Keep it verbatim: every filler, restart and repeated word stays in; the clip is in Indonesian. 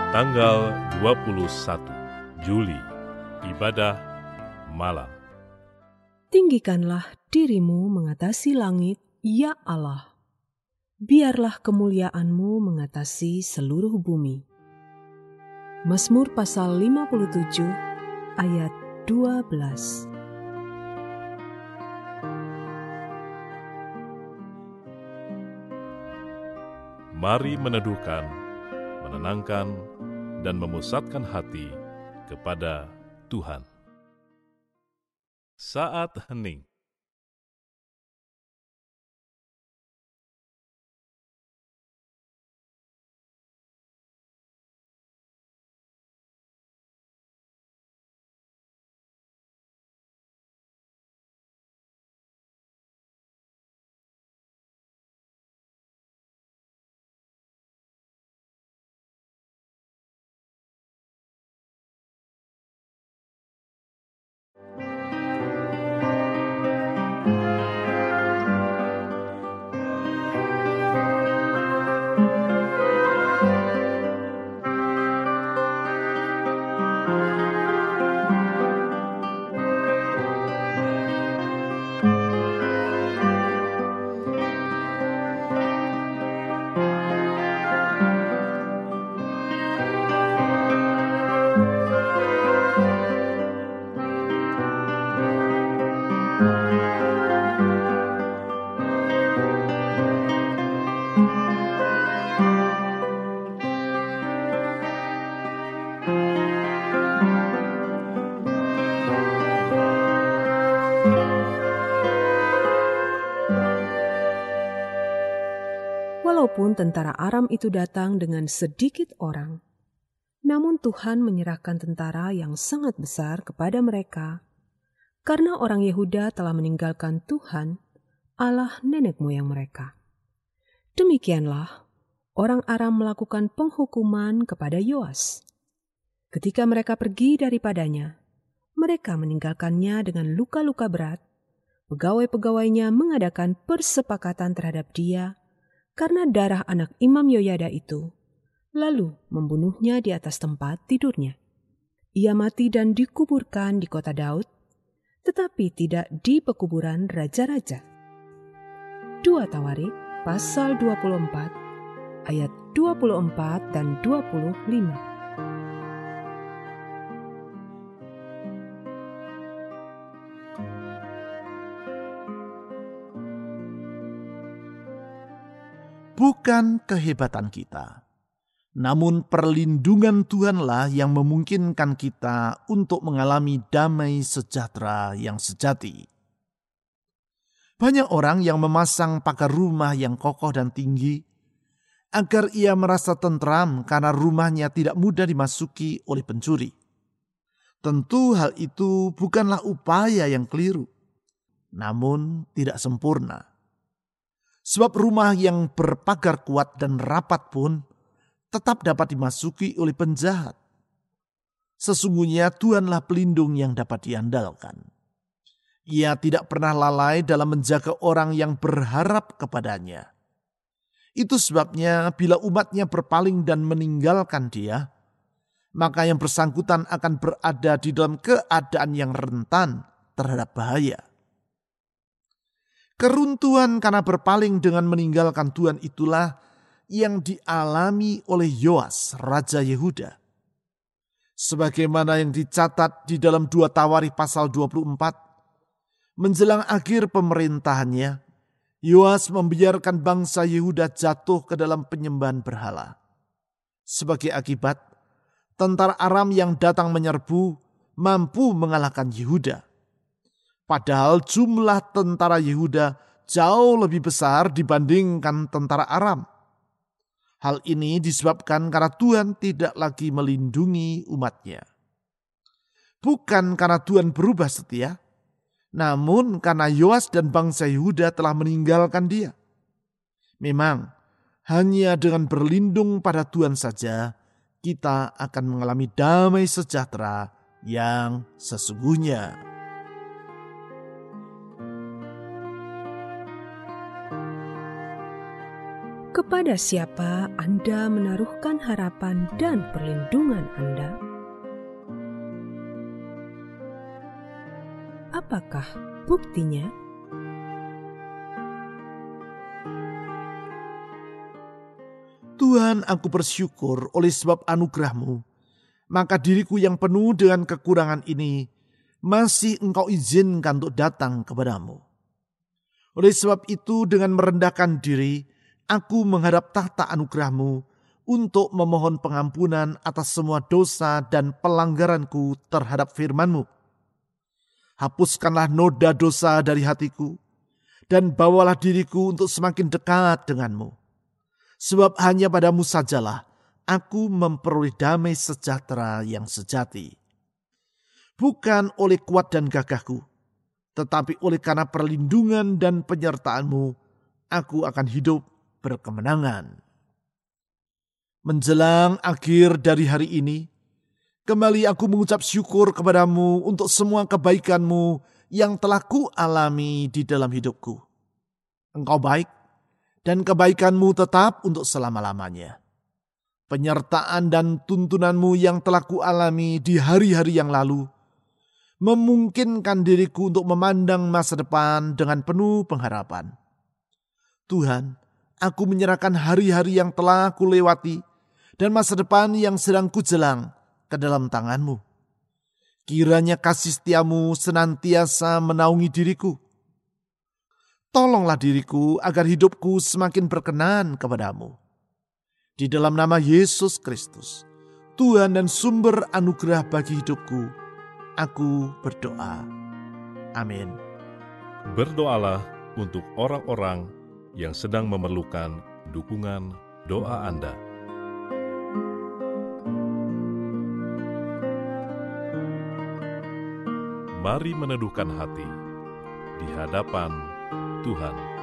Tanggal dua puluh satu Juli, ibadah malam. Tinggikanlah dirimu mengatasi langit, ya Allah. Biarlah kemuliaan-Mu mengatasi seluruh bumi. Mazmur pasal lima puluh tujuh ayat dua belas. Mari meneduhkan, menenangkan, dan memusatkan hati kepada Tuhan. Saat hening. Walaupun tentara Aram itu datang dengan sedikit orang, namun Tuhan menyerahkan tentara yang sangat besar kepada mereka, karena orang Yehuda telah meninggalkan Tuhan, Allah nenek moyang mereka. Demikianlah orang Aram melakukan penghukuman kepada Yoas. Ketika mereka pergi daripadanya, mereka meninggalkannya dengan luka-luka berat. Pegawai-pegawainya mengadakan persepakatan terhadap dia karena darah anak Imam Yoyada itu, lalu membunuhnya di atas tempat tidurnya. Ia mati dan dikuburkan di kota Daud, tetapi tidak di pekuburan raja-raja. dua Tawarik pasal dua puluh empat ayat dua puluh empat dan dua puluh lima. Bukan kehebatan kita, namun perlindungan Tuhanlah yang memungkinkan kita untuk mengalami damai sejahtera yang sejati. Banyak orang yang memasang pagar rumah yang kokoh dan tinggi agar ia merasa tentram karena rumahnya tidak mudah dimasuki oleh pencuri. Tentu hal itu bukanlah upaya yang keliru, namun tidak sempurna. Sebab rumah yang berpagar kuat dan rapat pun tetap dapat dimasuki oleh penjahat. Sesungguhnya Tuhanlah pelindung yang dapat diandalkan. Ia tidak pernah lalai dalam menjaga orang yang berharap kepadanya. Itu sebabnya bila umatnya berpaling dan meninggalkan dia, maka yang bersangkutan akan berada di dalam keadaan yang rentan terhadap bahaya. Keruntuhan karena berpaling dengan meninggalkan Tuhan itulah yang dialami oleh Yoas, Raja Yehuda. Sebagaimana yang dicatat di dalam dua Tawarikh pasal dua puluh empat, menjelang akhir pemerintahannya, Yoas membiarkan bangsa Yehuda jatuh ke dalam penyembahan berhala. Sebagai akibat, tentara Aram yang datang menyerbu mampu mengalahkan Yehuda. Padahal jumlah tentara Yehuda jauh lebih besar dibandingkan tentara Aram. Hal ini disebabkan karena Tuhan tidak lagi melindungi umatnya. Bukan karena Tuhan berubah setia, namun karena Yoas dan bangsa Yehuda telah meninggalkan dia. Memang, hanya dengan berlindung pada Tuhan saja, kita akan mengalami damai sejahtera yang sesungguhnya. kepada siapa Anda menaruhkan harapan dan perlindungan Anda? Apakah buktinya? Tuhan, aku bersyukur oleh sebab anugerah-Mu, maka diriku yang penuh dengan kekurangan ini masih Engkau izinkan untuk datang kepadamu. Oleh sebab itu, dengan merendahkan diri, aku menghadap tahta anugerah-Mu untuk memohon pengampunan atas semua dosa dan pelanggaranku terhadap firman-Mu. Hapuskanlah noda dosa dari hatiku, dan bawalah diriku untuk semakin dekat denganmu. Sebab hanya padamu sajalah aku memperoleh damai sejahtera yang sejati. Bukan oleh kuat dan gagahku, tetapi oleh karena perlindungan dan penyertaan-Mu, aku akan hidup berkemenangan. Menjelang akhir dari hari ini, kembali aku mengucap syukur kepadamu untuk semua kebaikan-Mu yang telah kualami di dalam hidupku. Engkau baik, dan kebaikan-Mu tetap untuk selama-lamanya. Penyertaan dan tuntunan-Mu yang telah kualami di hari-hari yang lalu memungkinkan diriku untuk memandang masa depan dengan penuh pengharapan. Tuhan, aku menyerahkan hari-hari yang telah kulewati dan masa depan yang sedang kujelang ke dalam tangan-Mu. Kiranya kasih setia-Mu senantiasa menaungi diriku. Tolonglah diriku agar hidupku semakin berkenan kepadamu. Di dalam nama Yesus Kristus, Tuhan dan sumber anugerah bagi hidupku, aku berdoa. Amin. Berdoalah untuk orang-orang yang sedang memerlukan dukungan doa Anda. Mari meneduhkan hati di hadapan Tuhan.